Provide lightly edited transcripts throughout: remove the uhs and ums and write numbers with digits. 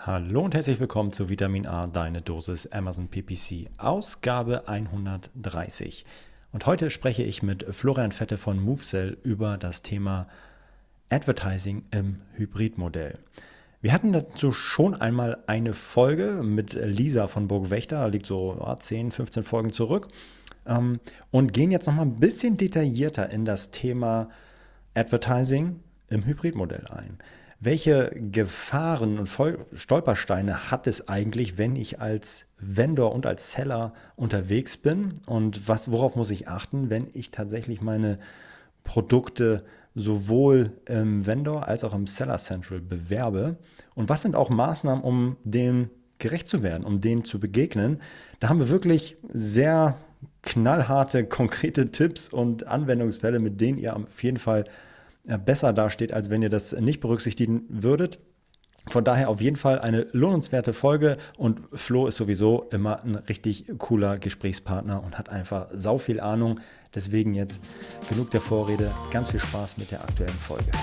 Hallo und herzlich willkommen zu Vitamin A, deine Dosis Amazon PPC, Ausgabe 130. Und heute spreche ich mit Florian Vette von MoveSell über das Thema Advertising im Hybridmodell. Wir hatten dazu schon einmal eine Folge mit Lisa von Burgwächter, liegt so 10, 15 Folgen zurück, und gehen jetzt nochmal ein bisschen detaillierter in das Thema Advertising im Hybridmodell ein. Welche Gefahren und Stolpersteine hat es eigentlich, wenn ich als Vendor und als Seller unterwegs bin? Und worauf muss ich achten, wenn ich tatsächlich meine Produkte sowohl im Vendor als auch im Seller Central bewerbe? Und was sind auch Maßnahmen, um dem gerecht zu werden, um denen zu begegnen? Da haben wir wirklich sehr knallharte, konkrete Tipps und Anwendungsfälle, mit denen ihr auf jeden Fall besser dasteht, als wenn ihr das nicht berücksichtigen würdet. Von daher auf jeden Fall eine lohnenswerte Folge und Flo ist sowieso immer ein richtig cooler Gesprächspartner und hat einfach sau viel Ahnung. Deswegen jetzt genug der Vorrede, ganz viel Spaß mit der aktuellen Folge.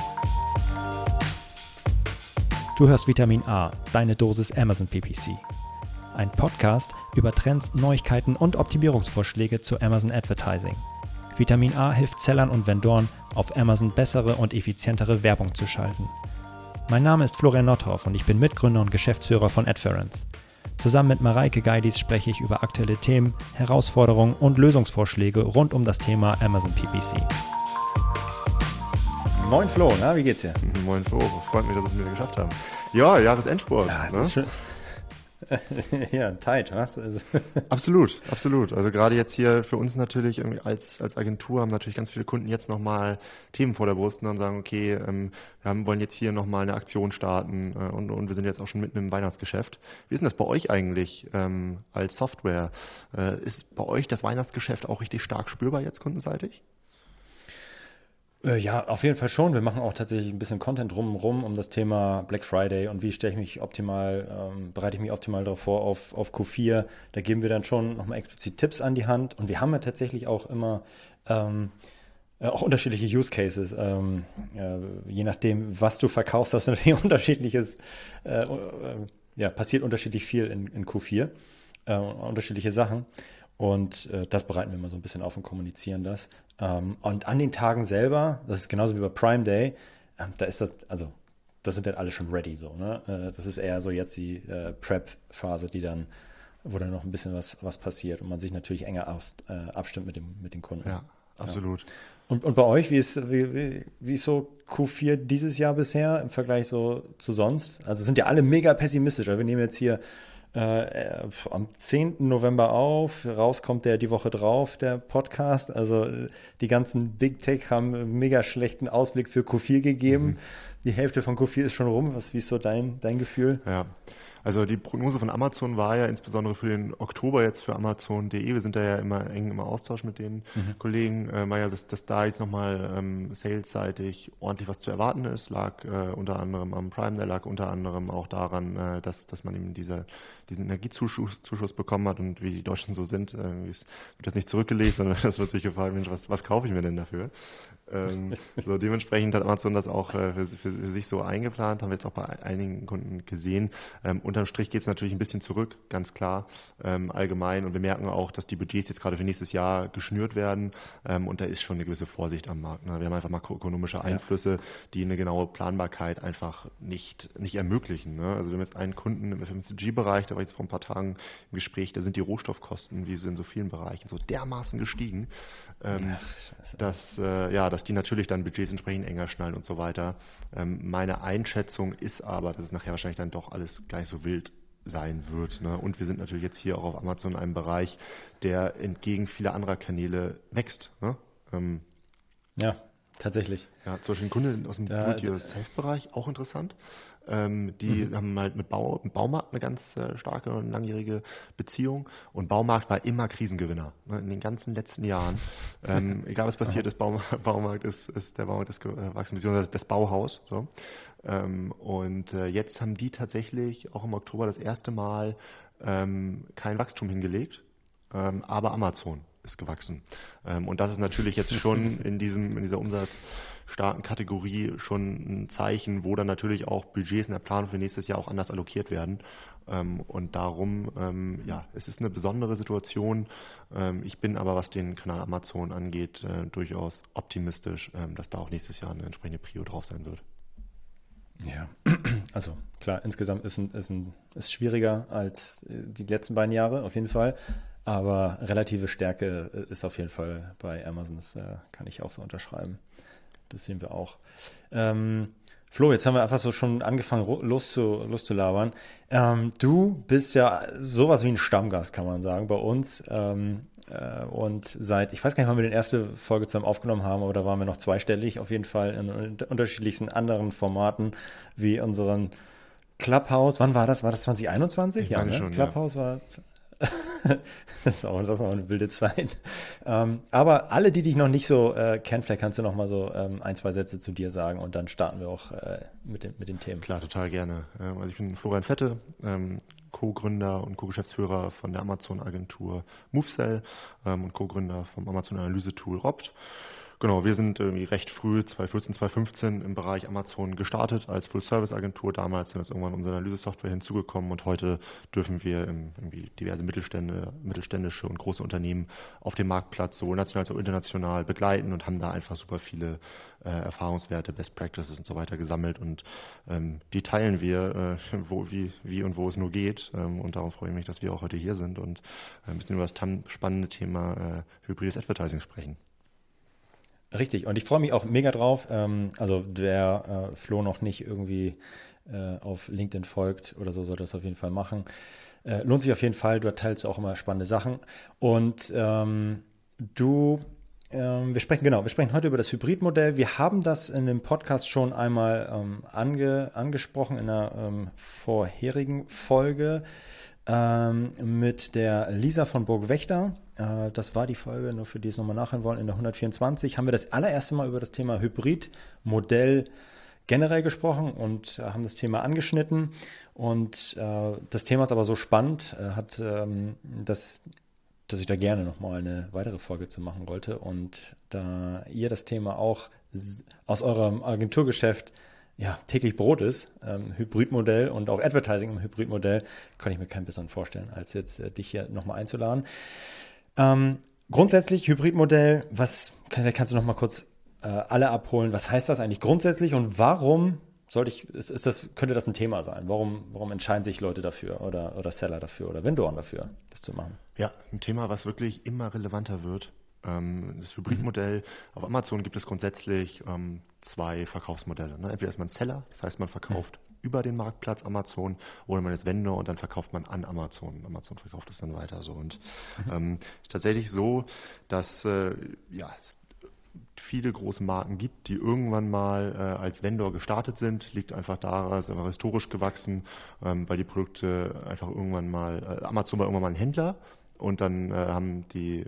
Du hörst Vitamin A, deine Dosis Amazon PPC. Ein Podcast über Trends, Neuigkeiten und Optimierungsvorschläge zu Amazon Advertising. Vitamin A hilft Sellern und Vendoren, auf Amazon bessere und effizientere Werbung zu schalten. Mein Name ist Florian Nothoff und ich bin Mitgründer und Geschäftsführer von Adference. Zusammen mit Mareike Geidis spreche ich über aktuelle Themen, Herausforderungen und Lösungsvorschläge rund um das Thema Amazon PPC. Moin Flo, na, wie geht's dir? Moin Flo, freut mich, dass wir es wieder geschafft haben. Ja, Jahresendsport. Ja, das ist schön. Ja, tight, was? Absolut, absolut. Also gerade jetzt hier für uns natürlich irgendwie als Agentur haben natürlich ganz viele Kunden jetzt nochmal Themen vor der Brust und sagen, okay, wir wollen jetzt hier nochmal eine Aktion starten und wir sind jetzt auch schon mitten im Weihnachtsgeschäft. Wie ist denn das bei euch eigentlich als Software? Ist bei euch das Weihnachtsgeschäft auch richtig stark spürbar jetzt kundenseitig? Ja, auf jeden Fall schon. Wir machen auch tatsächlich ein bisschen Content drumherum um das Thema Black Friday und wie stelle ich mich optimal, bereite ich mich optimal darauf vor auf Q4. Da geben wir dann schon nochmal explizit Tipps an die Hand und wir haben ja tatsächlich auch immer auch unterschiedliche Use Cases. Je nachdem, was du verkaufst, hast du natürlich unterschiedliches, passiert unterschiedlich viel in Q4, unterschiedliche Sachen. Und das bereiten wir immer so ein bisschen auf und kommunizieren das. Und an den Tagen selber, das ist genauso wie bei Prime Day, da ist das, also das sind dann alle schon ready so, ne? Das ist eher so jetzt die Prep-Phase, wo dann noch ein bisschen was passiert und man sich natürlich enger abstimmt mit den Kunden. Ja, absolut. Ja. Und bei euch, wie ist so Q4 dieses Jahr bisher im Vergleich so zu sonst? Also sind ja alle mega pessimistisch. Also wir nehmen jetzt hier am 10. November auf, rauskommt der die Woche drauf, der Podcast. Also die ganzen Big Tech haben einen mega schlechten Ausblick für Q4 gegeben. Mhm. Die Hälfte von Q4 ist schon rum. Wie ist so dein Gefühl? Ja, also die Prognose von Amazon war ja insbesondere für den Oktober jetzt für Amazon.de, wir sind da ja immer eng im Austausch mit den Kollegen, war ja, dass da jetzt nochmal salesseitig ordentlich was zu erwarten ist, lag unter anderem am Prime, der lag unter anderem auch daran, dass man eben diesen Energiezuschuss bekommen hat und wie die Deutschen so sind, wird das nicht zurückgelegt, sondern das wird sich gefragt, Mensch, was kaufe ich mir denn dafür? So dementsprechend hat Amazon das auch für sich so eingeplant, haben wir jetzt auch bei einigen Kunden gesehen. Unterm Strich geht es natürlich ein bisschen zurück, ganz klar, allgemein. Und wir merken auch, dass die Budgets jetzt gerade für nächstes Jahr geschnürt werden. Und da ist schon eine gewisse Vorsicht am Markt. Ne? Wir haben einfach makroökonomische Einflüsse, die eine genaue Planbarkeit einfach nicht ermöglichen. Ne? Also wir haben jetzt einen Kunden im FMCG-Bereich, der war jetzt vor ein paar Tagen im Gespräch, da sind die Rohstoffkosten, wie so in so vielen Bereichen, so dermaßen gestiegen, dass die natürlich dann Budgets entsprechend enger schnallen und so weiter. Meine Einschätzung ist aber, dass es nachher wahrscheinlich dann doch alles gar nicht so wild sein wird. Ne? Und wir sind natürlich jetzt hier auch auf Amazon in einem Bereich, der entgegen vieler anderer Kanäle wächst. Ne? Ja, tatsächlich. Ja, zum Beispiel ein Kunde aus dem Do-it-yourself-Bereich, auch interessant. Die haben halt mit Baumarkt eine ganz starke und langjährige Beziehung. Und Baumarkt war immer Krisengewinner, ne, in den ganzen letzten Jahren. Egal was passiert ist, Baumarkt ist der Baumarkt ist gewachsen, beziehungsweise das Bauhaus. So. Und jetzt haben die tatsächlich auch im Oktober das erste Mal kein Wachstum hingelegt, aber Amazon. ist gewachsen. Und das ist natürlich jetzt schon in dieser umsatzstarken Kategorie schon ein Zeichen, wo dann natürlich auch Budgets in der Planung für nächstes Jahr auch anders allokiert werden. Und darum, es ist eine besondere Situation. Ich bin aber, was den Kanal Amazon angeht, durchaus optimistisch, dass da auch nächstes Jahr eine entsprechende Prio drauf sein wird. Ja, also klar, insgesamt ist schwieriger als die letzten beiden Jahre, auf jeden Fall. Aber relative Stärke ist auf jeden Fall bei Amazon, das kann ich auch so unterschreiben. Das sehen wir auch. Flo, jetzt haben wir einfach so schon angefangen loszulabern. Du bist ja sowas wie ein Stammgast, kann man sagen, bei uns. Und seit, ich weiß gar nicht, wann wir die erste Folge zusammen aufgenommen haben, aber da waren wir noch zweistellig, auf jeden Fall in unterschiedlichsten anderen Formaten, wie unseren Clubhouse. Wann war das? War das 2021? Ja, ne? Schon, Clubhouse war... Das war eine wilde Zeit. Aber alle, die dich noch nicht so kennen, vielleicht kannst du noch mal so ein, zwei Sätze zu dir sagen und dann starten wir auch mit den Themen. Klar, total gerne. Also ich bin Florian Fette, Co-Gründer und Co-Geschäftsführer von der Amazon-Agentur MoveSell und Co-Gründer vom Amazon-Analyse-Tool Ropt. Genau, wir sind irgendwie recht früh, 2014, 2015 im Bereich Amazon gestartet als Full-Service-Agentur. Damals sind irgendwann unsere Analyse-Software hinzugekommen und heute dürfen wir irgendwie diverse mittelständische und große Unternehmen auf dem Marktplatz sowohl national als auch international begleiten und haben da einfach super viele Erfahrungswerte, Best Practices und so weiter gesammelt und die teilen wir, wie und wo es nur geht. Und darum freue ich mich, dass wir auch heute hier sind und ein bisschen über das spannende Thema hybrides Advertising sprechen. Richtig, und ich freue mich auch mega drauf. Also wer Flo noch nicht irgendwie auf LinkedIn folgt oder so, soll das auf jeden Fall machen. Lohnt sich auf jeden Fall, du teilst auch immer spannende Sachen. Und wir sprechen heute über das Hybridmodell. Wir haben das in dem Podcast schon einmal angesprochen in einer vorherigen Folge mit der Lisa von Burgwächter. Das war die Folge, nur für die es nochmal nachhören wollen, in der 124 haben wir das allererste Mal über das Thema Hybridmodell generell gesprochen und haben das Thema angeschnitten. Und das Thema ist aber so spannend, dass ich da gerne nochmal eine weitere Folge zu machen wollte. Und da ihr das Thema auch aus eurem Agenturgeschäft täglich Brot ist, Hybridmodell und auch Advertising im Hybridmodell, kann ich mir keinen besseren vorstellen, als jetzt dich hier nochmal einzuladen. Grundsätzlich Hybridmodell, kannst du noch mal kurz alle abholen, was heißt das eigentlich grundsätzlich und warum könnte das ein Thema sein? Warum entscheiden sich Leute dafür oder Seller dafür oder Vendoren dafür, das zu machen? Ja, ein Thema, was wirklich immer relevanter wird. Das Hybridmodell, auf Amazon gibt es grundsätzlich zwei Verkaufsmodelle. Ne? Entweder ist man Seller, das heißt man verkauft über den Marktplatz Amazon oder man ist Vendor und dann verkauft man an Amazon. Amazon verkauft es dann weiter so. Und ist tatsächlich so, dass es viele große Marken gibt, die irgendwann mal als Vendor gestartet sind. Liegt einfach daran, ist einfach historisch gewachsen, weil die Produkte einfach irgendwann mal, Amazon war irgendwann mal ein Händler und dann haben die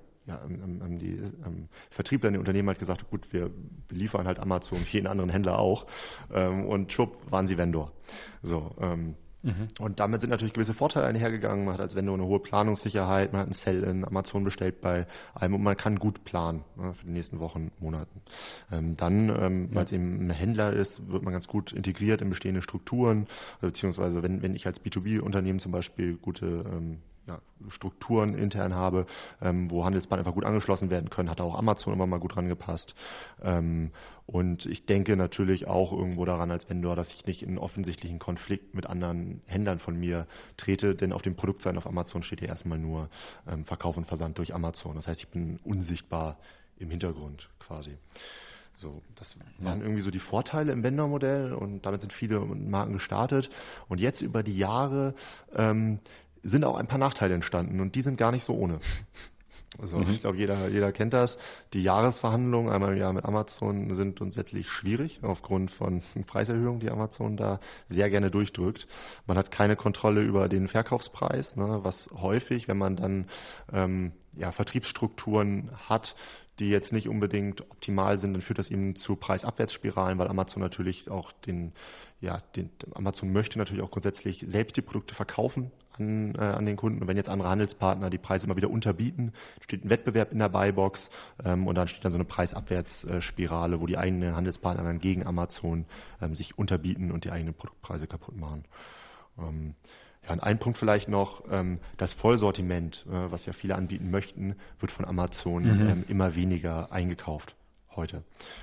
Vertriebler in den Unternehmen halt gesagt, gut, wir beliefern halt Amazon, jeden anderen Händler auch und schwupp, waren sie Vendor. So, und damit sind natürlich gewisse Vorteile einhergegangen. Man hat als Vendor eine hohe Planungssicherheit, man hat ein Sell-in, Amazon bestellt bei einem und man kann gut planen für die nächsten Wochen, Monaten. Weil es eben ein Händler ist, wird man ganz gut integriert in bestehende Strukturen, beziehungsweise wenn ich als B2B-Unternehmen zum Beispiel gute Strukturen intern habe, wo Handelsbahnen einfach gut angeschlossen werden können, hat auch Amazon immer mal gut rangepasst. Und ich denke natürlich auch irgendwo daran als Vendor, dass ich nicht in einen offensichtlichen Konflikt mit anderen Händlern von mir trete, denn auf dem Produktseite auf Amazon steht ja erstmal nur Verkauf und Versand durch Amazon. Das heißt, ich bin unsichtbar im Hintergrund quasi. So, das waren irgendwie so die Vorteile im Vendor-Modell und damit sind viele Marken gestartet. Und jetzt über die Jahre sind auch ein paar Nachteile entstanden und die sind gar nicht so ohne. Also ich glaube, jeder kennt das. Die Jahresverhandlungen einmal im Jahr mit Amazon sind grundsätzlich schwierig aufgrund von Preiserhöhungen, die Amazon da sehr gerne durchdrückt. Man hat keine Kontrolle über den Verkaufspreis, was häufig, wenn man dann Vertriebsstrukturen hat, die jetzt nicht unbedingt optimal sind, dann führt das eben zu Preisabwärtsspiralen, weil Amazon natürlich auch Amazon möchte natürlich auch grundsätzlich selbst die Produkte verkaufen an den Kunden. Und wenn jetzt andere Handelspartner die Preise immer wieder unterbieten, steht ein Wettbewerb in der Buybox und dann steht dann so eine Preisabwärtsspirale, wo die eigenen Handelspartner dann gegen Amazon sich unterbieten und die eigenen Produktpreise kaputt machen. Und ein Punkt vielleicht noch, das Vollsortiment, was ja viele anbieten möchten, wird von Amazon immer weniger eingekauft heute.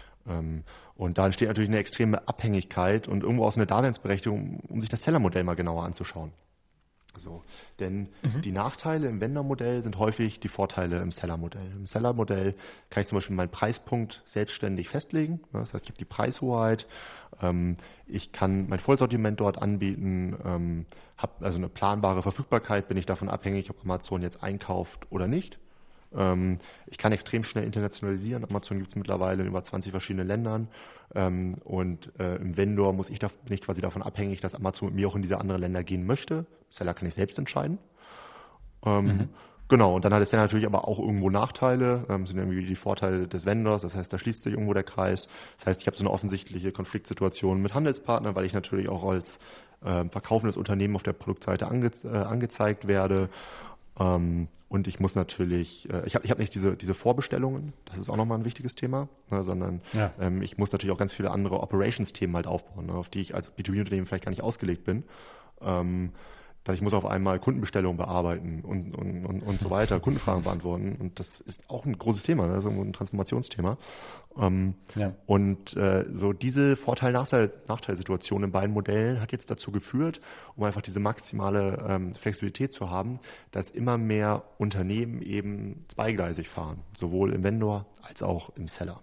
Und da entsteht natürlich eine extreme Abhängigkeit und irgendwo auch so eine Daseinsberechtigung, um sich das Seller-Modell mal genauer anzuschauen. So, denn die Nachteile im Vendor-Modell sind häufig die Vorteile im Seller-Modell. Im Seller-Modell kann ich zum Beispiel meinen Preispunkt selbstständig festlegen. Das heißt, ich habe die Preishoheit. Ich kann mein Vollsortiment dort anbieten, habe also eine planbare Verfügbarkeit, bin ich davon abhängig, ob Amazon jetzt einkauft oder nicht. Ich kann extrem schnell internationalisieren. Amazon gibt es mittlerweile in über 20 verschiedenen Ländern. Und im Vendor bin ich quasi davon abhängig, dass Amazon mit mir auch in diese anderen Länder gehen möchte. Seller kann ich selbst entscheiden. Genau, und dann hat es ja natürlich aber auch irgendwo Nachteile, sind irgendwie die Vorteile des Vendors, das heißt, da schließt sich irgendwo der Kreis. Das heißt, ich habe so eine offensichtliche Konfliktsituation mit Handelspartnern, weil ich natürlich auch als verkaufendes Unternehmen auf der Produktseite angezeigt werde. Und ich muss natürlich, ich hab nicht diese Vorbestellungen, das ist auch nochmal ein wichtiges Thema, sondern ich muss natürlich auch ganz viele andere Operations-Themen halt aufbauen, auf die ich als B2B-Unternehmen vielleicht gar nicht ausgelegt bin. Ich muss auf einmal Kundenbestellungen bearbeiten und so weiter, Kundenfragen beantworten. Und das ist auch ein großes Thema, ne? Das ist irgendwo ein Transformationsthema. Und so diese Vorteil-Nachteil-Situation in beiden Modellen hat jetzt dazu geführt, um einfach diese maximale Flexibilität zu haben, dass immer mehr Unternehmen eben zweigleisig fahren, sowohl im Vendor als auch im Seller.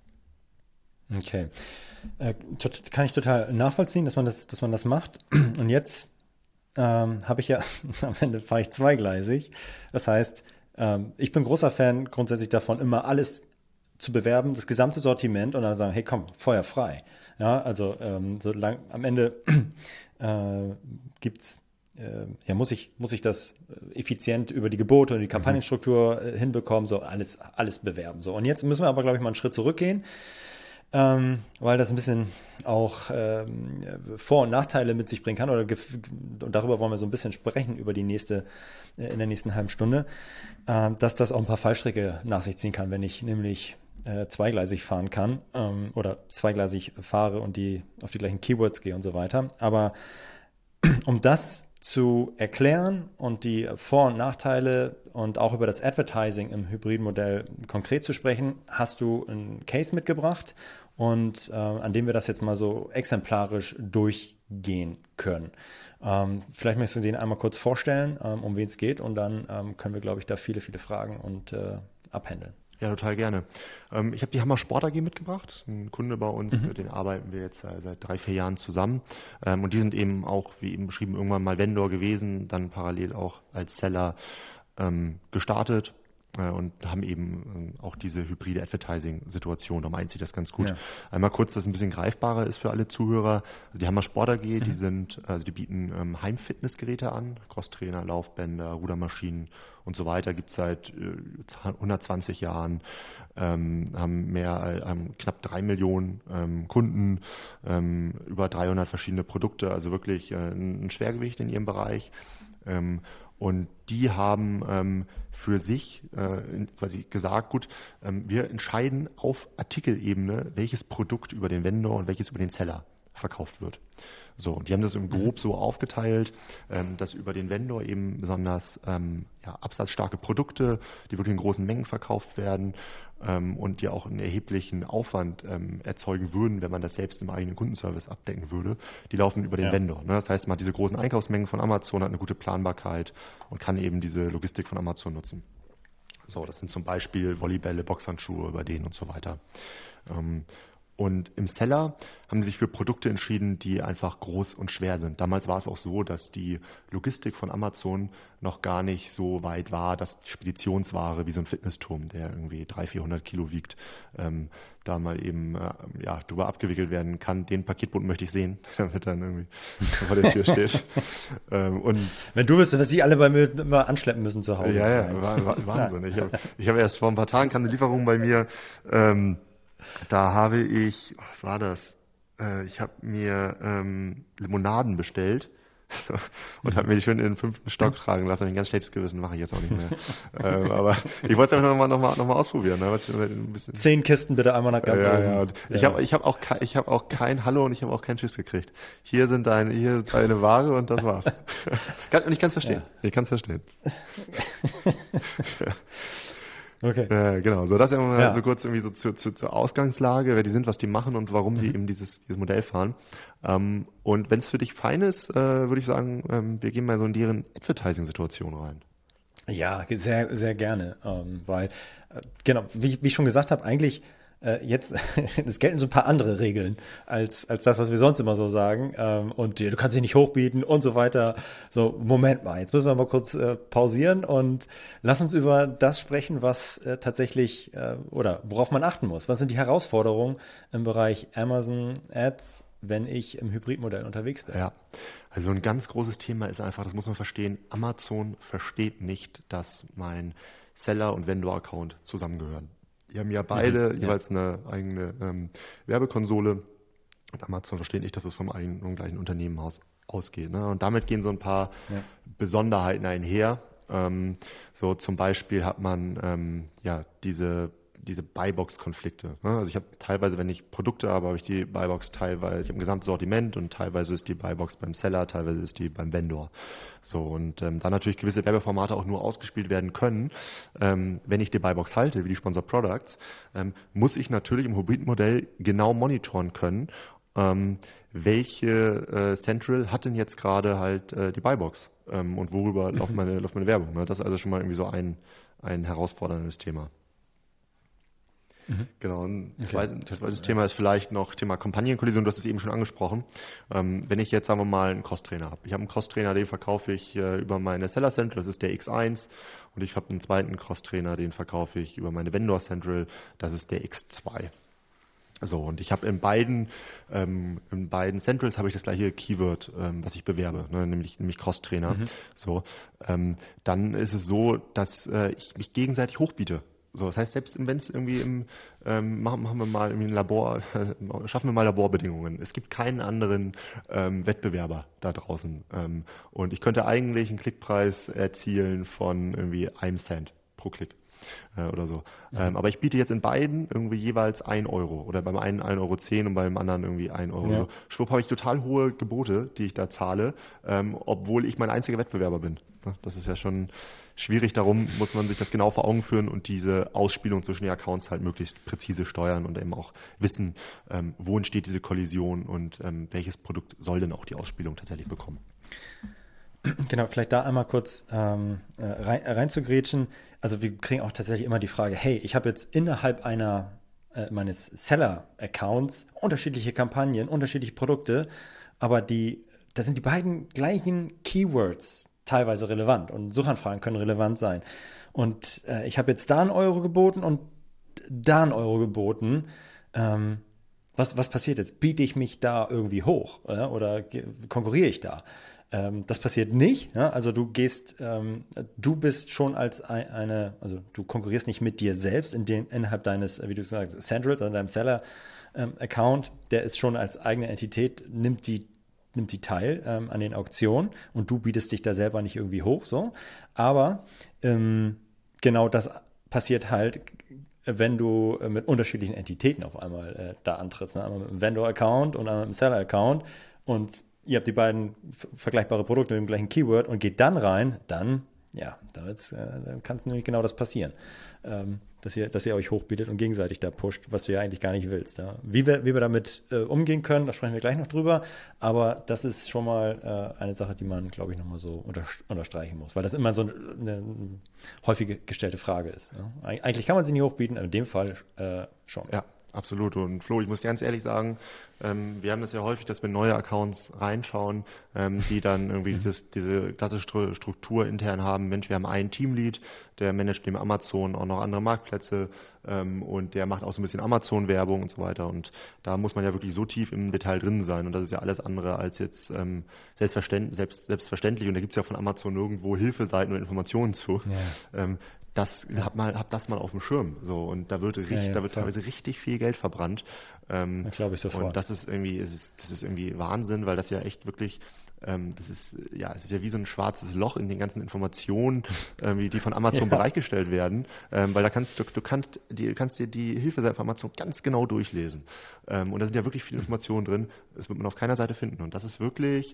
Okay. Kann ich total nachvollziehen, dass man das macht. Und jetzt habe ich ja, am Ende fahre ich zweigleisig. Das heißt, ich bin großer Fan grundsätzlich davon, immer alles zu bewerben, das gesamte Sortiment und dann sagen, hey komm, Feuer frei. Ja, also am Ende muss ich das effizient über die Gebote und die Kampagnenstruktur hinbekommen, so alles bewerben. So. Und jetzt müssen wir aber, glaube ich, mal einen Schritt zurückgehen. Weil das ein bisschen auch Vor- und Nachteile mit sich bringen kann und darüber wollen wir so ein bisschen sprechen in der nächsten halben Stunde, dass das auch ein paar Fallstricke nach sich ziehen kann, wenn ich nämlich zweigleisig fahren kann oder zweigleisig fahre und auf die gleichen Keywords gehe und so weiter. Aber um das zu erklären und die Vor- und Nachteile und auch über das Advertising im Hybridmodell konkret zu sprechen, hast du einen Case mitgebracht und an dem wir das jetzt mal so exemplarisch durchgehen können. Vielleicht möchtest du den einmal kurz vorstellen, um wen es geht und dann können wir, glaube ich, da viele, viele Fragen und abhändeln. Ja, total gerne. Ich habe die Hammer Sport AG mitgebracht. Das ist ein Kunde bei uns, mit dem arbeiten wir jetzt seit 3-4 Jahren zusammen. Und die sind eben auch, wie eben beschrieben, irgendwann mal Vendor gewesen, dann parallel auch als Seller gestartet und haben eben auch diese hybride Advertising-Situation. Da meint sich das ganz gut. Ja. Einmal kurz, dass es ein bisschen greifbarer ist für alle Zuhörer. Also die Hammer Sport AG, die bieten Heimfitnessgeräte an, Crosstrainer, Laufbänder, Rudermaschinen und so weiter. Gibt es seit 120 Jahren, haben knapp 3 Millionen Kunden, über 300 verschiedene Produkte, also wirklich ein Schwergewicht in ihrem Bereich. Und die haben für sich quasi gesagt, gut, wir entscheiden auf Artikelebene, welches Produkt über den Vendor und welches über den Seller verkauft wird. So, und die haben das im Grob so aufgeteilt, dass über den Vendor eben besonders absatzstarke Produkte, die wirklich in großen Mengen verkauft werden und die auch einen erheblichen Aufwand erzeugen würden, wenn man das selbst im eigenen Kundenservice abdecken würde, die laufen über den Vendor. Ne? Das heißt, man hat diese großen Einkaufsmengen von Amazon, hat eine gute Planbarkeit und kann eben diese Logistik von Amazon nutzen. So, das sind zum Beispiel Volleybälle, Boxhandschuhe über den und so weiter. Und im Seller haben sie sich für Produkte entschieden, die einfach groß und schwer sind. Damals war es auch so, dass die Logistik von Amazon noch gar nicht so weit war, dass Speditionsware wie so ein Fitnessturm, der irgendwie 300, 400 Kilo wiegt, da mal eben drüber abgewickelt werden kann. Den Paketboten möchte ich sehen, damit dann irgendwie vor der Tür steht. Und wenn du wüsstest, was die alle bei mir immer anschleppen müssen zu Hause. Wahnsinn. Ich habe erst vor ein paar Tagen kam eine Lieferung bei mir. Da habe ich, was war das? Ich habe mir Limonaden bestellt und habe mir die schön in den 5. Stock tragen lassen. Ein ganz schlechtes Gewissen, mache ich jetzt auch nicht mehr. Aber ich wollte es einfach noch mal ausprobieren. Ne? Ein bisschen 10 Kisten bitte einmal nach ganz oben. Ja. Ich habe auch kein Hallo und ich habe auch keinen Tschüss gekriegt. Hier ist deine Ware und das war's. Und ich kann es verstehen. Ja. Ich kann es verstehen. Okay. Genau, so das immer so kurz irgendwie so zur Ausgangslage, wer die sind, was die machen und warum die eben dieses Modell fahren. Und wenn es für dich fein ist, würde ich sagen, wir gehen mal so in deren Advertising-Situation rein. Ja, sehr, sehr gerne, weil, genau, wie ich schon gesagt habe, eigentlich jetzt, es gelten so ein paar andere Regeln als das, was wir sonst immer so sagen. Und du kannst dich nicht hochbieten und so weiter. So, Moment mal, jetzt müssen wir mal kurz pausieren und lass uns über das sprechen, was tatsächlich oder worauf man achten muss. Was sind die Herausforderungen im Bereich Amazon Ads, wenn ich im Hybridmodell unterwegs bin? Ja, also ein ganz großes Thema ist einfach, das muss man verstehen, Amazon versteht nicht, dass mein Seller- und Vendor-Account zusammengehören. Die haben ja beide jeweils eine eigene Werbekonsole. Und Amazon versteht nicht, dass es vom gleichen Unternehmenhaus ausgeht. Ne? Und damit gehen so ein paar Besonderheiten einher. So zum Beispiel hat man diese Buybox-Konflikte. Ne? Also ich habe teilweise, wenn ich Produkte habe ich die Buybox teilweise, ich habe ein gesamtes Sortiment und teilweise ist die Buybox beim Seller, teilweise ist die beim Vendor. So und dann natürlich gewisse Werbeformate auch nur ausgespielt werden können. Wenn ich die Buybox halte, wie die Sponsored Products, muss ich natürlich im Hybridmodell genau monitoren können, welche Central hat denn jetzt gerade halt die Buybox und worüber läuft meine Werbung. Ne? Das ist also schon mal irgendwie so ein herausforderndes Thema. Genau, ein zweites Thema ist vielleicht noch Thema Kampagnenkollision, du hast es eben schon angesprochen. Wenn ich jetzt, sagen wir mal, einen Cross-Trainer habe. Ich habe einen Cross-Trainer, den verkaufe ich über meine Seller Central, das ist der X1. Und ich habe einen zweiten Cross-Trainer, den verkaufe ich über meine Vendor Central, das ist der X2. So, und ich habe in beiden Centrals habe ich das gleiche Keyword, was ich bewerbe, ne, nämlich Cross-Trainer. So, dann ist es so, dass ich mich gegenseitig hochbiete. So, das heißt, selbst wenn es irgendwie machen wir mal irgendwie ein Labor, schaffen wir mal Laborbedingungen. Es gibt keinen anderen Wettbewerber da draußen. Und ich könnte eigentlich einen Klickpreis erzielen von irgendwie 1 Cent pro Klick oder so. Aber ich biete jetzt in beiden irgendwie jeweils 1 Euro oder beim einen 1,10 € und beim anderen irgendwie 1 Euro. Ja. So, schwupp habe ich total hohe Gebote, die ich da zahle, obwohl ich mein einziger Wettbewerber bin. Das ist ja schon schwierig, darum muss man sich das genau vor Augen führen und diese Ausspielung zwischen den Accounts halt möglichst präzise steuern und eben auch wissen, wo entsteht diese Kollision und welches Produkt soll denn auch die Ausspielung tatsächlich bekommen. Genau, vielleicht da einmal kurz rein zu grätschen. Also wir kriegen auch tatsächlich immer die Frage, hey, ich habe jetzt innerhalb meines Seller-Accounts unterschiedliche Kampagnen, unterschiedliche Produkte, aber da sind die beiden gleichen Keywords teilweise relevant und Suchanfragen können relevant sein. Und ich habe jetzt da 1 Euro geboten und da 1 Euro geboten. Was passiert jetzt? Biete ich mich da irgendwie hoch oder konkurriere ich da? Das passiert nicht. Ja? Also du bist schon als also du konkurrierst nicht mit dir selbst innerhalb deines, wie du sagst, Centrals, also deinem Seller-Account, der ist schon als eigene Entität, nimmt die teil an den Auktionen und du bietest dich da selber nicht irgendwie hoch, so. Aber genau das passiert halt, wenn du mit unterschiedlichen Entitäten auf einmal da antrittst. Ne? Einmal mit einem Vendor-Account und einmal mit einem Seller-Account und ihr habt die beiden vergleichbare Produkte mit dem gleichen Keyword und geht dann rein, dann kann es nämlich genau das passieren. Dass ihr euch hochbietet und gegenseitig da pusht, was du ja eigentlich gar nicht willst. Ja. Wie wir damit umgehen können, da sprechen wir gleich noch drüber, aber das ist schon mal eine Sache, die man, glaube ich, nochmal so unterstreichen muss, weil das immer so eine häufig gestellte Frage ist. Ja. Eigentlich kann man sie nicht hochbieten, in dem Fall schon. Ja, absolut. Und Flo, ich muss dir ganz ehrlich sagen, wir haben das ja häufig, dass wir in neue Accounts reinschauen, die dann irgendwie diese klassische Struktur intern haben. Mensch, wir haben einen Teamlead, der managt neben Amazon auch noch andere Marktplätze und der macht auch so ein bisschen Amazon-Werbung und so weiter. Und da muss man ja wirklich so tief im Detail drin sein. Und das ist ja alles andere als jetzt selbstverständlich. Und da gibt es ja von Amazon nirgendwo Hilfeseiten und Informationen zu. Ja. Hab das mal auf dem Schirm. So, und da wird teilweise richtig viel Geld verbrannt. Das glaube ich sofort. Und das ist irgendwie Wahnsinn, weil das ja echt wirklich, es ist ja wie so ein schwarzes Loch in den ganzen Informationen, die von Amazon bereitgestellt werden, weil da kannst dir die Hilfeseite von Amazon ganz genau durchlesen. Und da sind ja wirklich viele Informationen drin. Das wird man auf keiner Seite finden. Und das ist wirklich,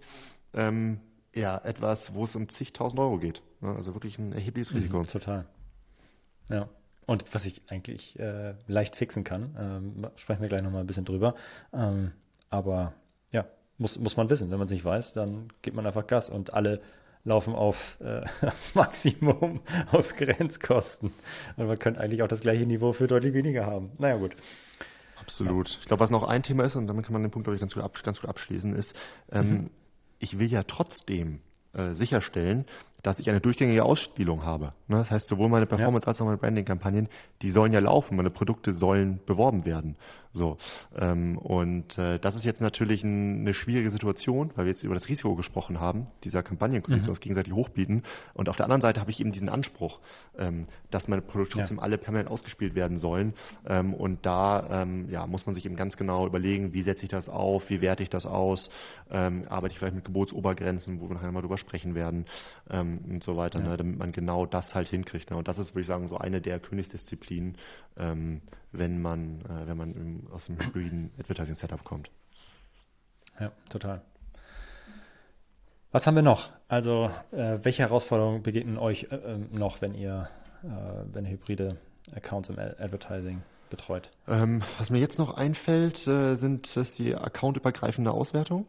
etwas, wo es um zigtausend Euro geht. Also wirklich ein erhebliches Risiko. Total. Ja. Und was ich eigentlich leicht fixen kann, sprechen wir gleich nochmal ein bisschen drüber. Aber ja, muss man wissen. Wenn man es nicht weiß, dann gibt man einfach Gas und alle laufen auf Maximum, auf Grenzkosten. Und man könnte eigentlich auch das gleiche Niveau für deutlich weniger haben. Naja, gut. Absolut. Ja. Ich glaube, was noch ein Thema ist, und damit kann man den Punkt, glaube ich, ganz gut abschließen, ist, ich will ja trotzdem sicherstellen, dass ich eine durchgängige Ausspielung habe. Ne? Das heißt, sowohl meine Performance als auch meine Branding-Kampagnen, die sollen ja laufen, meine Produkte sollen beworben werden. So, das ist jetzt natürlich eine schwierige Situation, weil wir jetzt über das Risiko gesprochen haben, dieser Kampagnenkondition, uns gegenseitig hochbieten. Und auf der anderen Seite habe ich eben diesen Anspruch, dass meine Produkte trotzdem alle permanent ausgespielt werden sollen. Und da muss man sich eben ganz genau überlegen, wie setze ich das auf, wie werte ich das aus, arbeite ich vielleicht mit Gebotsobergrenzen, wo wir nachher mal drüber sprechen werden, und so weiter, ne, damit man genau das halt hinkriegt. Ne? Und das ist, würde ich sagen, so eine der Königsdisziplinen, wenn man aus dem hybriden Advertising-Setup kommt. Ja, total. Was haben wir noch? Also, welche Herausforderungen begegnen euch noch, wenn ihr hybride Accounts im Advertising betreut? Was mir jetzt noch einfällt, ist die accountübergreifende Auswertung.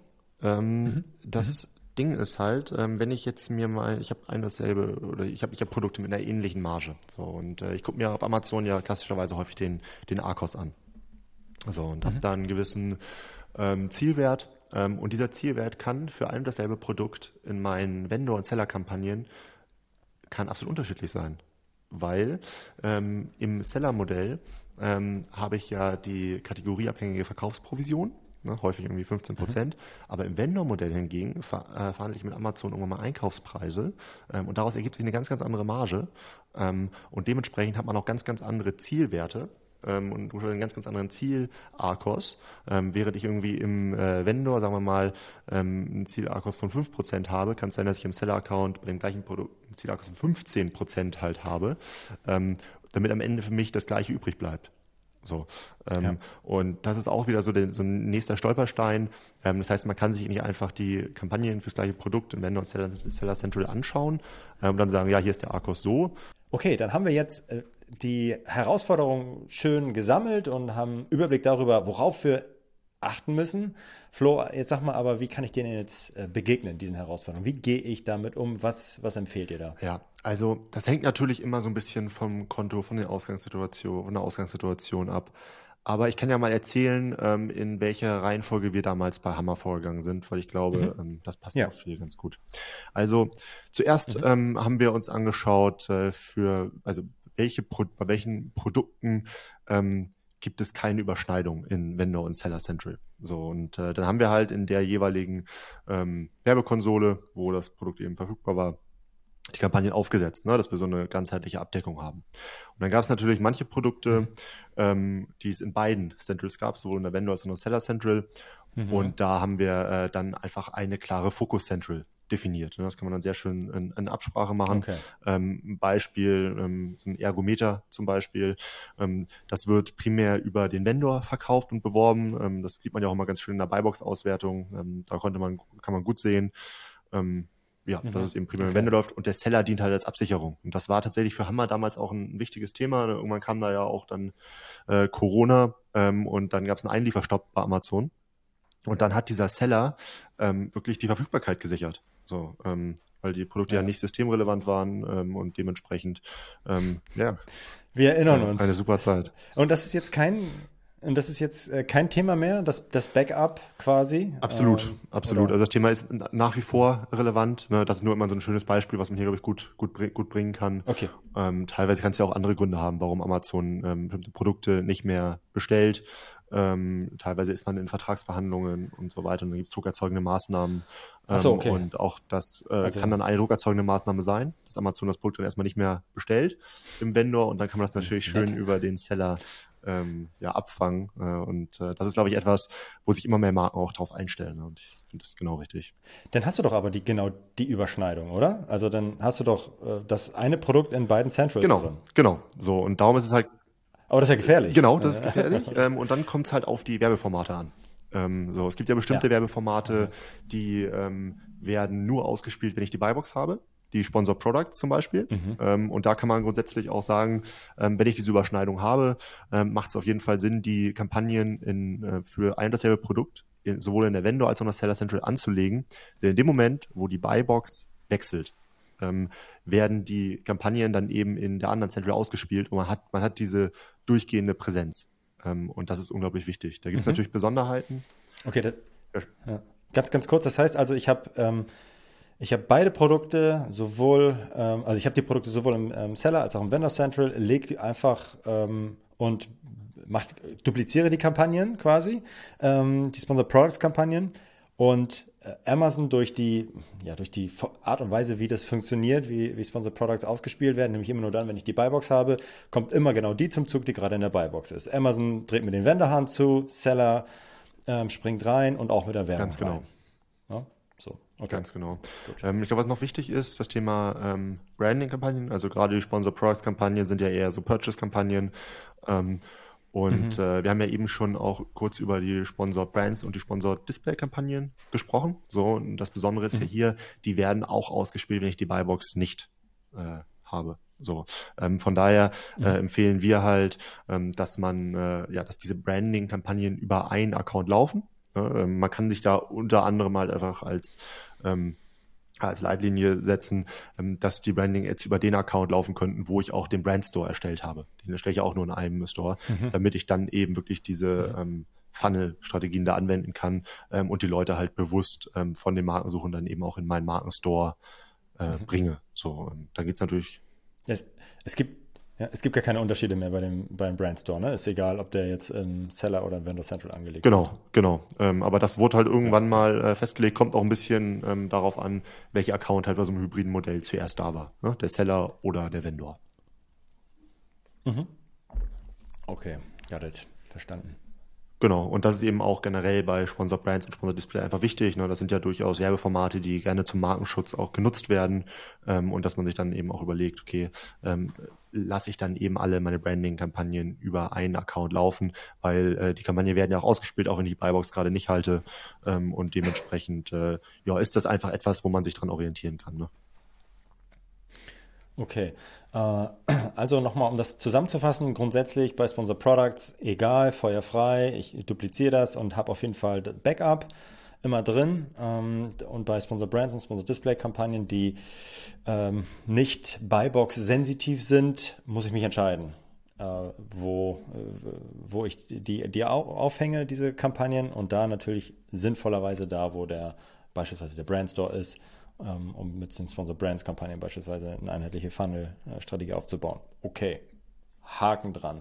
Das Ding ist halt, wenn ich jetzt ich habe Produkte mit einer ähnlichen Marge. So, und ich gucke mir auf Amazon ja klassischerweise häufig den ARKOS an. So, und habe da einen gewissen Zielwert. Und dieser Zielwert kann für ein und dasselbe Produkt in meinen Vendor- und Seller-Kampagnen kann absolut unterschiedlich sein. Weil im Seller-Modell habe ich ja die kategorieabhängige Verkaufsprovision. Ne, häufig irgendwie 15%. Aber im Vendor-Modell hingegen verhandle ich mit Amazon irgendwann mal Einkaufspreise und daraus ergibt sich eine ganz, ganz andere Marge. Und dementsprechend hat man auch ganz, ganz andere Zielwerte und einen ganz, ganz anderen Ziel-ARKOS. Während ich irgendwie im Vendor, sagen wir mal, ein Ziel-ARKOS von 5% habe, kann es sein, dass ich im Seller-Account bei dem gleichen Produkt ein Ziel-ARKOS von 15% halt habe, damit am Ende für mich das Gleiche übrig bleibt. So, und das ist auch wieder so ein nächster Stolperstein. Das heißt, man kann sich nicht einfach die Kampagnen fürs gleiche Produkt in Vendor und Seller Central anschauen und dann sagen, ja, hier ist der ARKOS so. Okay, dann haben wir jetzt die Herausforderungen schön gesammelt und haben einen Überblick darüber, worauf wir achten müssen. Flo, jetzt sag mal aber, wie kann ich denen jetzt begegnen, diesen Herausforderungen? Wie gehe ich damit um? Was empfehlt ihr da? Ja, also das hängt natürlich immer so ein bisschen vom Konto, von der Ausgangssituation ab. Aber ich kann ja mal erzählen, in welcher Reihenfolge wir damals bei Hammer vorgegangen sind, weil ich glaube, das passt auf viel ganz gut. Also zuerst haben wir uns angeschaut, bei welchen Produkten gibt es keine Überschneidung in Vendor und Seller Central. So, und dann haben wir halt in der jeweiligen Werbekonsole, wo das Produkt eben verfügbar war, die Kampagnen aufgesetzt, ne, dass wir so eine ganzheitliche Abdeckung haben. Und dann gab es natürlich manche Produkte, die es in beiden Centrals gab, sowohl in der Vendor als auch in der Seller Central. Und da haben wir dann einfach eine klare Focus Central definiert. Das kann man dann sehr schön in Absprache machen. Okay. Ein Beispiel, so ein Ergometer zum Beispiel, das wird primär über den Vendor verkauft und beworben. Das sieht man ja auch immer ganz schön in der Buybox-Auswertung. Da kann man gut sehen, dass es eben primär im Vendor läuft und der Seller dient halt als Absicherung. Und das war tatsächlich für Hammer damals auch ein wichtiges Thema. Irgendwann kam da ja auch dann Corona und dann gab es einen Einlieferstopp bei Amazon. Und dann hat dieser Seller wirklich die Verfügbarkeit gesichert. So, weil die Produkte ja nicht systemrelevant waren und dementsprechend, Wir erinnern uns. Eine super Zeit. Und das ist jetzt kein Und das ist jetzt kein Thema mehr, das Backup quasi? Absolut. Oder? Also das Thema ist nach wie vor relevant. Ne? Das ist nur immer so ein schönes Beispiel, was man hier, glaube ich, gut bringen kann. Okay. Teilweise kann es ja auch andere Gründe haben, warum Amazon bestimmte Produkte nicht mehr bestellt. Teilweise ist man in Vertragsverhandlungen und so weiter und dann gibt es druckerzeugende Maßnahmen. Ach so, okay. Und auch das Also- kann dann eine druckerzeugende Maßnahme sein, dass Amazon das Produkt dann erstmal nicht mehr bestellt im Vendor und dann kann man das natürlich Nett. schön über den Seller abfangen. Das ist, glaube ich, etwas, wo sich immer mehr Marken auch drauf einstellen. Ne? Und ich finde das genau richtig. Dann hast du doch aber genau die Überschneidung, oder? Also dann hast du doch das eine Produkt in beiden Centrals drin. Genau. So, und darum ist es halt, Aber das ist ja gefährlich. genau, das ist gefährlich. Und dann kommt es halt auf die Werbeformate an. Es gibt ja bestimmte Werbeformate, die werden nur ausgespielt, wenn ich die Buybox habe. Die Sponsor Products zum Beispiel. Und da kann man grundsätzlich auch sagen, wenn ich diese Überschneidung habe, macht es auf jeden Fall Sinn, die Kampagnen für ein und dasselbe Produkt sowohl in der Vendor als auch in der Seller Central anzulegen. Denn in dem Moment, wo die Buybox wechselt, werden die Kampagnen dann eben in der anderen Central ausgespielt und man hat diese durchgehende Präsenz. Und das ist unglaublich wichtig. Da gibt es natürlich Besonderheiten. Okay, ganz kurz, das heißt also, ich habe beide Produkte, also ich habe die Produkte sowohl im Seller als auch im Vendor Central, lege die einfach und dupliziere die Kampagnen quasi, die Sponsor Products Kampagnen und Amazon durch die Art und Weise, wie das funktioniert, wie Sponsor Products ausgespielt werden, nämlich immer nur dann, wenn ich die Buybox habe, kommt immer genau die zum Zug, die gerade in der Buybox ist. Amazon dreht mir den Vendor-Hahn zu, Seller springt rein und auch mit der Werbung Ganz genau. rein. Ja? So, okay. Ganz genau. Ich glaube, was noch wichtig ist, das Thema Branding-Kampagnen, also gerade die Sponsor-Products-Kampagnen sind ja eher so Purchase-Kampagnen. Wir haben ja eben schon auch kurz über die Sponsor-Brands und die Sponsor-Display-Kampagnen gesprochen. So, und das Besondere ist ja hier, die werden auch ausgespielt, wenn ich die Buybox nicht habe. So, von daher empfehlen wir halt, dass dass diese Branding-Kampagnen über einen Account laufen. Man kann sich da unter anderem halt einfach als Leitlinie setzen, dass die Branding-Ads über den Account laufen könnten, wo ich auch den Brand-Store erstellt habe. Den erstelle ich ja auch nur in einem Store, damit ich dann eben wirklich diese Funnel-Strategien da anwenden kann und die Leute halt bewusst von den Markensuchen dann eben auch in meinen Markenstore bringe. So, da geht es natürlich. Es gibt gar keine Unterschiede mehr beim Brandstore, ne? Ist egal, ob der jetzt im Seller oder im Vendor Central angelegt wird. Genau. Aber das wurde halt irgendwann mal festgelegt, kommt auch ein bisschen darauf an, welcher Account halt bei so einem hybriden Modell zuerst da war. Ne? Der Seller oder der Vendor. Okay, got it. Verstanden. Genau, und das ist eben auch generell bei Sponsor Brands und Sponsor Display einfach wichtig. Ne? Das sind ja durchaus Werbeformate, die gerne zum Markenschutz auch genutzt werden und dass man sich dann eben auch überlegt, okay, lasse ich dann eben alle meine Branding-Kampagnen über einen Account laufen, weil die Kampagnen werden ja auch ausgespielt, auch wenn ich die Buybox gerade nicht halte und dementsprechend ist das einfach etwas, wo man sich dran orientieren kann. Ne? Okay, also nochmal, um das zusammenzufassen, grundsätzlich bei Sponsor Products, egal, feuerfrei, ich dupliziere das und habe auf jeden Fall das Backup immer drin. Und bei Sponsor Brands und Sponsor Display Kampagnen, die nicht Buybox sensitiv sind, muss ich mich entscheiden, wo ich die aufhänge, diese Kampagnen, und da natürlich sinnvollerweise da, wo beispielsweise der Brandstore ist, um mit den Sponsor Brands Kampagnen beispielsweise eine einheitliche Funnel-Strategie aufzubauen. Okay, Haken dran.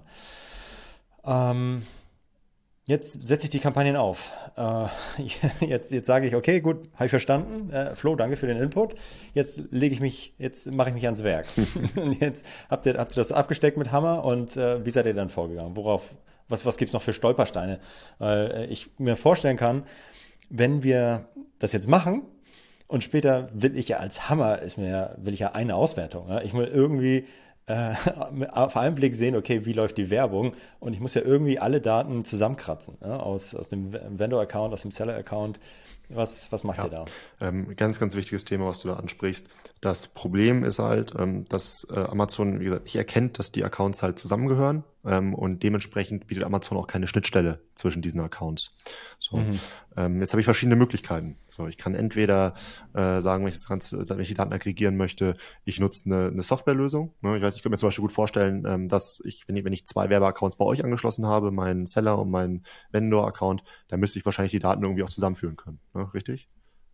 Jetzt setze ich die Kampagnen auf. Jetzt sage ich, okay, gut, habe ich verstanden. Flo, danke für den Input. Jetzt mache ich mich ans Werk. Und jetzt habt ihr das so abgesteckt mit Hammer und wie seid ihr dann vorgegangen? Was gibt es noch für Stolpersteine? Weil ich mir vorstellen kann, wenn wir das jetzt machen, und später will ich ja eine Auswertung. Ja? Ich will irgendwie auf einen Blick sehen, okay, wie läuft die Werbung? Und ich muss ja irgendwie alle Daten zusammenkratzen, ja? Aus dem Vendor-Account, aus dem Seller-Account. Was macht ihr da? Ganz, ganz wichtiges Thema, was du da ansprichst. Das Problem ist halt, dass Amazon, wie gesagt, nicht erkennt, dass die Accounts halt zusammengehören. und dementsprechend bietet Amazon auch keine Schnittstelle zwischen diesen Accounts. So, jetzt habe ich verschiedene Möglichkeiten. So, ich kann entweder sagen, wenn ich die Daten aggregieren möchte, ich nutze eine Softwarelösung. Ne? Ich könnte mir zum Beispiel gut vorstellen, dass wenn ich 2 Werbeaccounts bei euch angeschlossen habe, meinen Seller und meinen Vendor-Account, dann müsste ich wahrscheinlich die Daten irgendwie auch zusammenführen können. Ne? Richtig?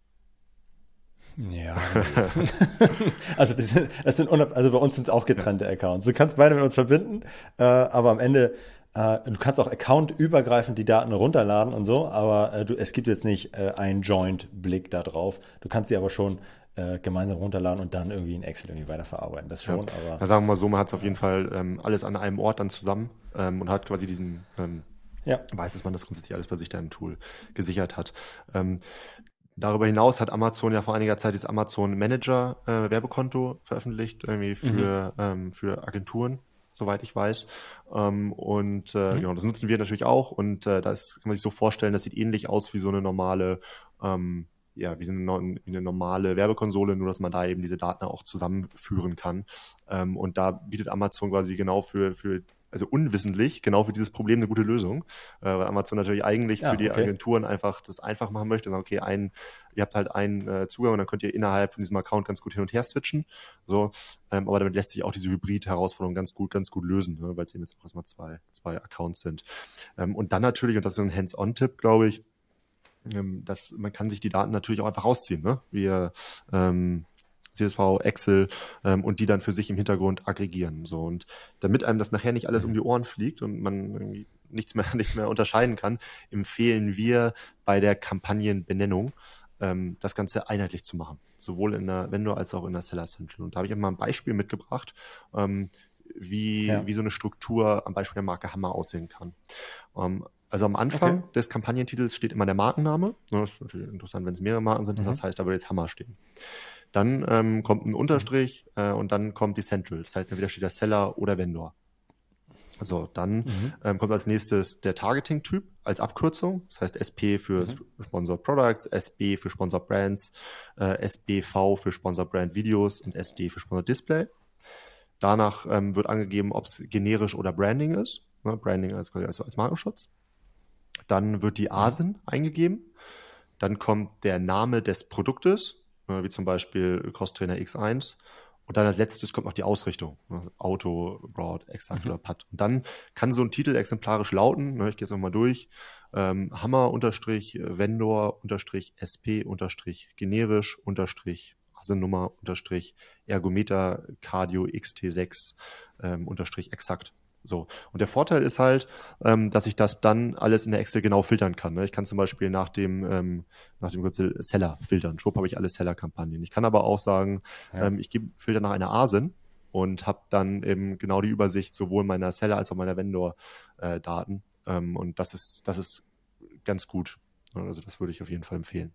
Ja. Also, also bei uns sind es auch getrennte Accounts. Du kannst beide mit uns verbinden, aber am Ende, du kannst auch accountübergreifend die Daten runterladen und so, aber es gibt jetzt nicht einen Joint-Blick da drauf. Du kannst sie aber schon gemeinsam runterladen und dann irgendwie in Excel irgendwie weiterverarbeiten. Das schon, aber. Da sagen wir mal so, man hat es auf jeden Fall alles an einem Ort dann zusammen und hat quasi diesen weiß, dass man das grundsätzlich alles bei sich da im Tool gesichert hat. Darüber hinaus hat Amazon ja vor einiger Zeit das Amazon Manager Werbekonto veröffentlicht, irgendwie für Agenturen, soweit ich weiß. Genau, das nutzen wir natürlich auch und das kann man sich so vorstellen, das sieht ähnlich aus wie so eine normale wie eine normale Werbekonsole, nur dass man da eben diese Daten auch zusammenführen kann. Und da bietet Amazon quasi also unwissentlich genau für dieses Problem eine gute Lösung, weil Amazon natürlich eigentlich für die Agenturen einfach das einfach machen möchte und sagt, okay, ihr habt halt einen Zugang und dann könnt ihr innerhalb von diesem Account ganz gut hin und her switchen. So, aber damit lässt sich auch diese Hybrid-Herausforderung ganz gut lösen, ne, weil es eben jetzt auch erstmal zwei Accounts sind. Und dann natürlich, und das ist ein Hands-on-Tipp, glaube ich, dass man kann sich die Daten natürlich auch einfach rausziehen, ne? Wie CSV, Excel und die dann für sich im Hintergrund aggregieren. So, und damit einem das nachher nicht alles um die Ohren fliegt und man irgendwie nichts mehr unterscheiden kann, empfehlen wir bei der Kampagnenbenennung das Ganze einheitlich zu machen. Sowohl in der Vendor als auch in der Seller Central. Und da habe ich mal ein Beispiel mitgebracht, wie so eine Struktur am Beispiel der Marke Hammer aussehen kann. Also am Anfang des Kampagnentitels steht immer der Markenname. Das ist natürlich interessant, wenn es mehrere Marken sind. Das heißt, da würde jetzt Hammer stehen. Dann kommt ein Unterstrich und dann kommt die Central. Das heißt, entweder steht der Seller oder Vendor. So, dann kommt als nächstes der Targeting-Typ als Abkürzung. Das heißt SP für Sponsored Products, SB für Sponsored Brands, SBV für Sponsored Brand Videos und SD für Sponsored Display. Danach wird angegeben, ob es generisch oder Branding ist. Ne? Branding als Markenschutz. Dann wird die ASIN eingegeben. Dann kommt der Name des Produktes, wie zum Beispiel Crosstrainer X1. Und dann als letztes kommt noch die Ausrichtung. Ne? Auto, Broad, Exakt oder PAT. Und dann kann so ein Titel exemplarisch lauten, ne, ich gehe jetzt nochmal durch, Hammer-Vendor-SP-generisch- ASIN-Nummer Ergometer Cardio XT6 exakt. So. Und der Vorteil ist halt, dass ich das dann alles in der Excel genau filtern kann. Ne? Ich kann zum Beispiel nach dem Kürzel Seller filtern. Schwupp habe ich alle Seller-Kampagnen. Ich kann aber auch sagen, ich filter nach einer ASIN und habe dann eben genau die Übersicht sowohl meiner Seller als auch meiner Vendor-Daten. Und das ist ganz gut. Also das würde ich auf jeden Fall empfehlen.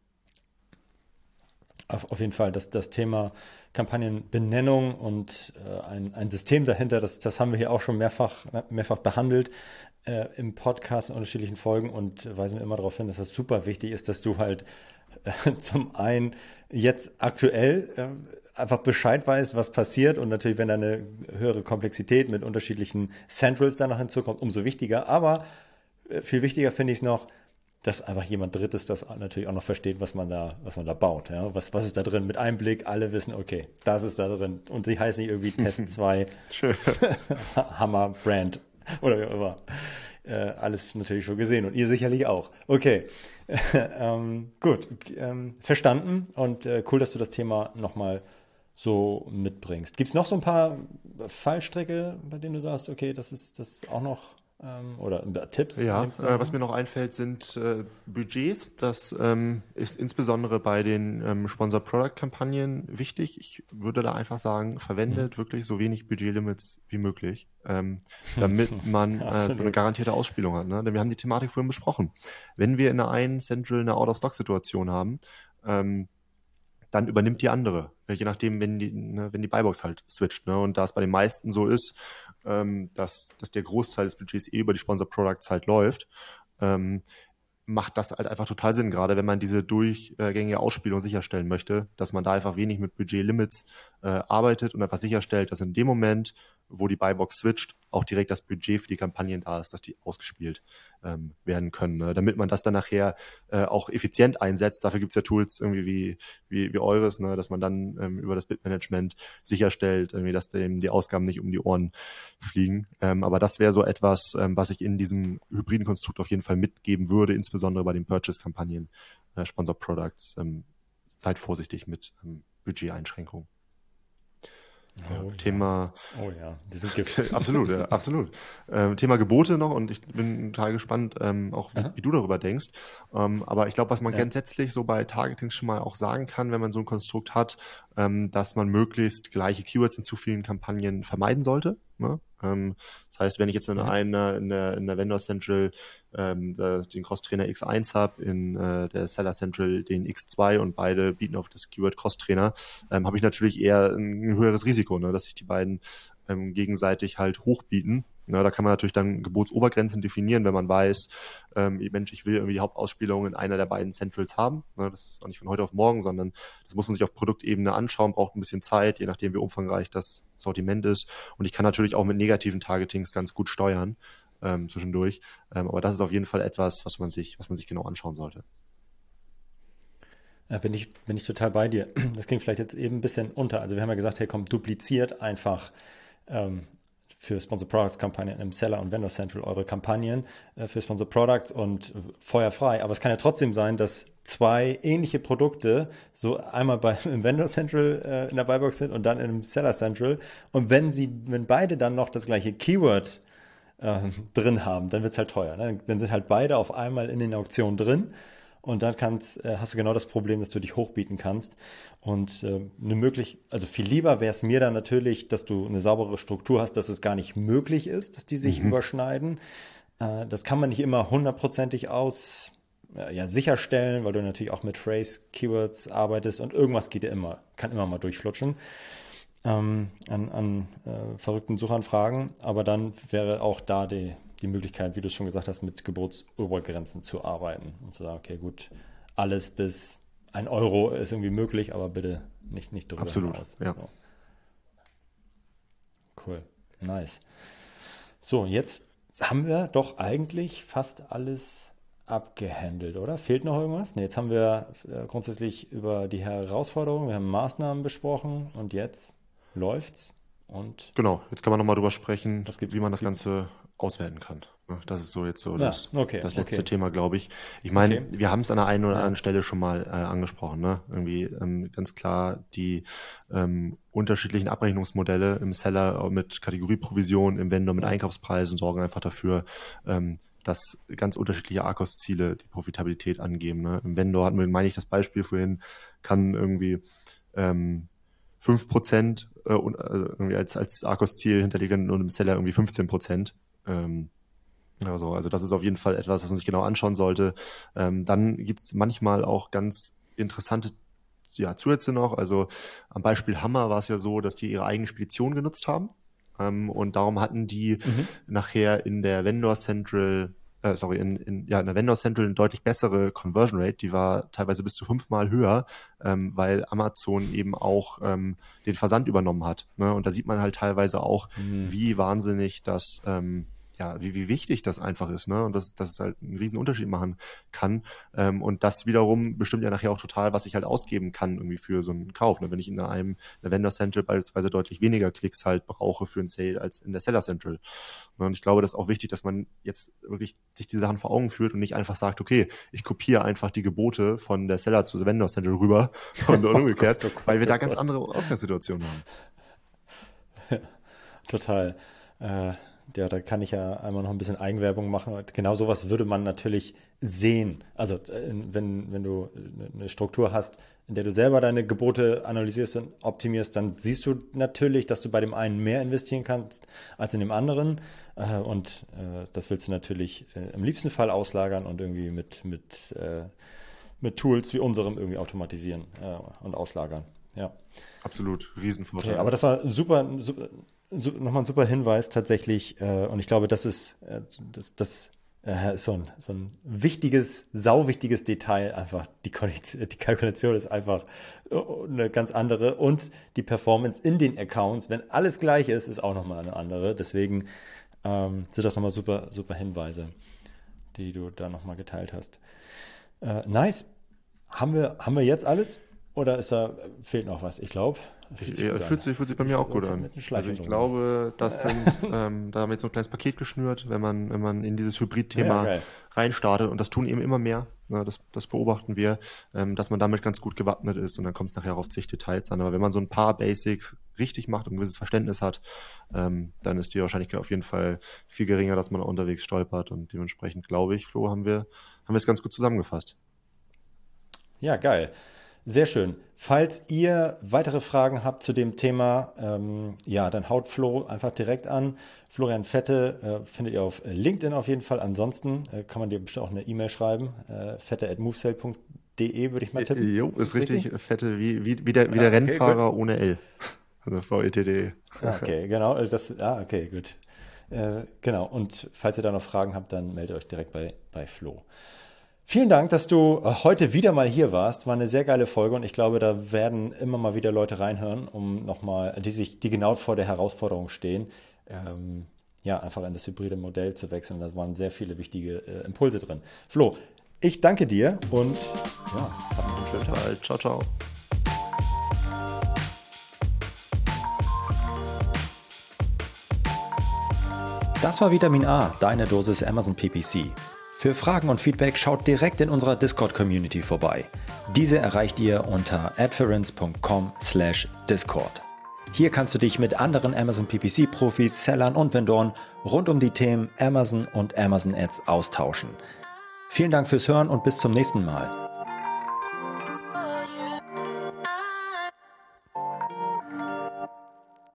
Auf jeden Fall, das Thema Kampagnenbenennung und ein System dahinter, das haben wir hier auch schon mehrfach behandelt im Podcast in unterschiedlichen Folgen und weisen wir immer darauf hin, dass das super wichtig ist, dass du halt zum einen jetzt aktuell einfach Bescheid weißt, was passiert und natürlich, wenn da eine höhere Komplexität mit unterschiedlichen Centrals da noch hinzukommt, umso wichtiger. Aber viel wichtiger finde ich es noch, dass einfach jemand Drittes das natürlich auch noch versteht, was man da baut. Ja? Was ist da drin? Mit einem Blick, alle wissen, okay, das ist da drin. Und sie heißt nicht irgendwie Test 2 Hammer Brand oder wie auch immer. Alles natürlich schon gesehen und ihr sicherlich auch. Okay, gut, verstanden und cool, dass du das Thema nochmal so mitbringst. Gibt es noch so ein paar Fallstricke, bei denen du sagst, okay, das ist auch noch oder Tipps? Ja, was mir noch einfällt, sind Budgets. Das ist insbesondere bei den Sponsored Product Kampagnen wichtig. Ich würde da einfach sagen, verwendet wirklich so wenig Budgetlimits wie möglich, damit man so eine garantierte Ausspielung hat. Ne? Denn wir haben die Thematik vorhin besprochen. Wenn wir in der einen Central eine Out-of-Stock-Situation haben, dann übernimmt die andere. Je nachdem, wenn die Buybox halt switcht. Ne? Und da es bei den meisten so ist, dass der Großteil des Budgets über die Sponsored Products halt läuft, macht das halt einfach total Sinn, gerade wenn man diese durchgängige Ausspielung sicherstellen möchte, dass man da einfach wenig mit Budgetlimits arbeitet und einfach sicherstellt, dass in dem Moment, wo die Buybox switcht, auch direkt das Budget für die Kampagnen da ist, dass die ausgespielt werden können, ne? Damit man das dann nachher auch effizient einsetzt. Dafür gibt's ja Tools irgendwie wie eures, ne? Dass man dann über das Bitmanagement sicherstellt, irgendwie, dass dem die Ausgaben nicht um die Ohren fliegen. Aber das wäre so etwas, was ich in diesem hybriden Konstrukt auf jeden Fall mitgeben würde, insbesondere bei den Purchase-Kampagnen, Sponsored Products. Seid vorsichtig mit Budgeteinschränkungen. Oh, Thema. Ja. Oh ja, die sind Gift. Absolut, ja, absolut. Thema Gebote noch, und ich bin total gespannt, auch wie du darüber denkst. Aber ich glaube, was man grundsätzlich so bei Targetings schon mal auch sagen kann, wenn man so ein Konstrukt hat, dass man möglichst gleiche Keywords in zu vielen Kampagnen vermeiden sollte, ne? Das heißt, wenn ich jetzt in der Vendor Central den Cross-Trainer X1 habe, in der Seller Central den X2 und beide bieten auf das Keyword Cross-Trainer, habe ich natürlich eher ein höheres Risiko, ne, dass sich die beiden gegenseitig halt hochbieten. Na, da kann man natürlich dann Gebotsobergrenzen definieren, wenn man weiß, Mensch, ich will irgendwie die Hauptausspielung in einer der beiden Centrals haben. Na, das ist auch nicht von heute auf morgen, sondern das muss man sich auf Produktebene anschauen, braucht ein bisschen Zeit, je nachdem wie umfangreich das Sortiment ist. Und ich kann natürlich auch mit negativen Targetings ganz gut steuern zwischendurch. Aber das ist auf jeden Fall etwas, was man sich genau anschauen sollte. Ja, bin ich total bei dir. Das klingt vielleicht jetzt eben ein bisschen unter. Also wir haben ja gesagt, hey komm, dupliziert einfach für Sponsor Products Kampagnen im Seller und Vendor Central eure Kampagnen für Sponsor Products und feuerfrei. Aber es kann ja trotzdem sein, dass zwei ähnliche Produkte so einmal im Vendor Central in der Buybox sind und dann im Seller Central. Und wenn beide dann noch das gleiche Keyword drin haben, dann wird es halt teuer. Ne? Dann sind halt beide auf einmal in den Auktionen drin. Und dann hast du genau das Problem, dass du dich hochbieten kannst. Und also viel lieber wäre es mir dann natürlich, dass du eine saubere Struktur hast, dass es gar nicht möglich ist, dass die sich überschneiden. Das kann man nicht immer hundertprozentig sicherstellen, weil du natürlich auch mit Phrase-Keywords arbeitest und irgendwas kann immer mal durchflutschen an verrückten Suchanfragen. Aber dann wäre auch da die Möglichkeit, wie du es schon gesagt hast, mit Gebotsobergrenzen zu arbeiten und zu sagen, okay, gut, alles bis 1 Euro ist irgendwie möglich, aber bitte nicht drüber hinaus. Ja. Genau. Cool, nice. So, jetzt haben wir doch eigentlich fast alles abgehandelt, oder? Fehlt noch irgendwas? Ne, jetzt haben wir grundsätzlich über die Herausforderungen, wir haben Maßnahmen besprochen und jetzt läuft's. Und genau, jetzt kann man nochmal drüber sprechen, wie man das Ganze auswerten kann. Das ist so jetzt so das letzte Thema, glaube ich. Ich meine, wir haben es an der einen oder anderen Stelle schon mal angesprochen, ne? Irgendwie ganz klar die unterschiedlichen Abrechnungsmodelle im Seller mit Kategorieprovision, im Vendor mit Einkaufspreisen sorgen einfach dafür, dass ganz unterschiedliche ARKOS-Ziele die Profitabilität angeben, ne? Im Vendor meine ich das Beispiel vorhin, kann irgendwie 5% irgendwie als ARKOS-Ziel hinterlegen und im Seller irgendwie 15%. Also das ist auf jeden Fall etwas, was man sich genau anschauen sollte. Dann gibt's manchmal auch ganz interessante Zusätze noch. Also am Beispiel Hammer war es ja so, dass die ihre eigene Spedition genutzt haben. Und darum hatten die nachher in der Vendor Central in der Vendor Central eine deutlich bessere Conversion Rate, die war teilweise bis zu 5-mal höher, weil Amazon eben auch den Versand übernommen hat. Ne? Und da sieht man halt teilweise auch, wie wahnsinnig das, wie wichtig das einfach ist, ne? Und dass es halt einen riesen Unterschied machen kann. Und das wiederum bestimmt ja nachher auch total, was ich halt ausgeben kann irgendwie für so einen Kauf. Ne? Wenn ich in einer Vendor Central beispielsweise deutlich weniger Klicks halt brauche für einen Sale als in der Seller Central. Und ich glaube, das ist auch wichtig, dass man jetzt wirklich sich die Sachen vor Augen führt und nicht einfach sagt, okay, ich kopiere einfach die Gebote von der Seller zur Vendor Central rüber und umgekehrt, weil wir da ganz andere Ausgangssituationen haben. Total. Ja, da kann ich ja einmal noch ein bisschen Eigenwerbung machen. Genau sowas würde man natürlich sehen. Also wenn du eine Struktur hast, in der du selber deine Gebote analysierst und optimierst, dann siehst du natürlich, dass du bei dem einen mehr investieren kannst als in dem anderen. Und das willst du natürlich im liebsten Fall auslagern und irgendwie mit Tools wie unserem irgendwie automatisieren und auslagern. Ja. Absolut, Riesenvorteil. Okay, aber das war nochmal ein super Hinweis tatsächlich. Und ich glaube, das ist das ist so ein wichtiges, sauwichtiges Detail einfach. Die Kalkulation ist einfach eine ganz andere und die Performance in den Accounts, wenn alles gleich ist, ist auch nochmal eine andere. Deswegen sind das nochmal super, super Hinweise, die du da nochmal geteilt hast. Nice. Haben wir jetzt alles? Oder fehlt noch was? Ich glaube, fühlt sich bei mir auch gut an. Also ich glaube, da haben wir jetzt so ein kleines Paket geschnürt, wenn man in dieses Hybrid-Thema reinstartet. Und das tun eben immer mehr. Das beobachten wir, dass man damit ganz gut gewappnet ist. Und dann kommt es nachher auf zig Details an. Aber wenn man so ein paar Basics richtig macht und ein gewisses Verständnis hat, dann ist die Wahrscheinlichkeit auf jeden Fall viel geringer, dass man unterwegs stolpert. Und dementsprechend glaube ich, Flo, haben wir es ganz gut zusammengefasst. Ja, geil. Sehr schön. Falls ihr weitere Fragen habt zu dem Thema, dann haut Flo einfach direkt an. Florian Fette findet ihr auf LinkedIn auf jeden Fall. Ansonsten kann man dir bestimmt auch eine E-Mail schreiben. fette@movesale.de würde ich mal tippen. Jo, ist richtig. Fette wie der Rennfahrer gut. Ohne L. Also VETD. Okay, genau. Okay, gut. Genau. Und falls ihr da noch Fragen habt, dann meldet euch direkt bei Flo. Vielen Dank, dass du heute wieder mal hier warst. War eine sehr geile Folge und ich glaube, da werden immer mal wieder Leute reinhören, die genau vor der Herausforderung stehen, einfach in das hybride Modell zu wechseln. Da waren sehr viele wichtige Impulse drin. Flo, ich danke dir und hab noch einen schönen Tag. Bald. Ciao, ciao. Das war Vitamin A, deine Dosis Amazon PPC. Für Fragen und Feedback schaut direkt in unserer Discord-Community vorbei. Diese erreicht ihr unter adference.com/Discord. Hier kannst du dich mit anderen Amazon PPC-Profis, Sellern und Vendoren rund um die Themen Amazon und Amazon Ads austauschen. Vielen Dank fürs Hören und bis zum nächsten Mal.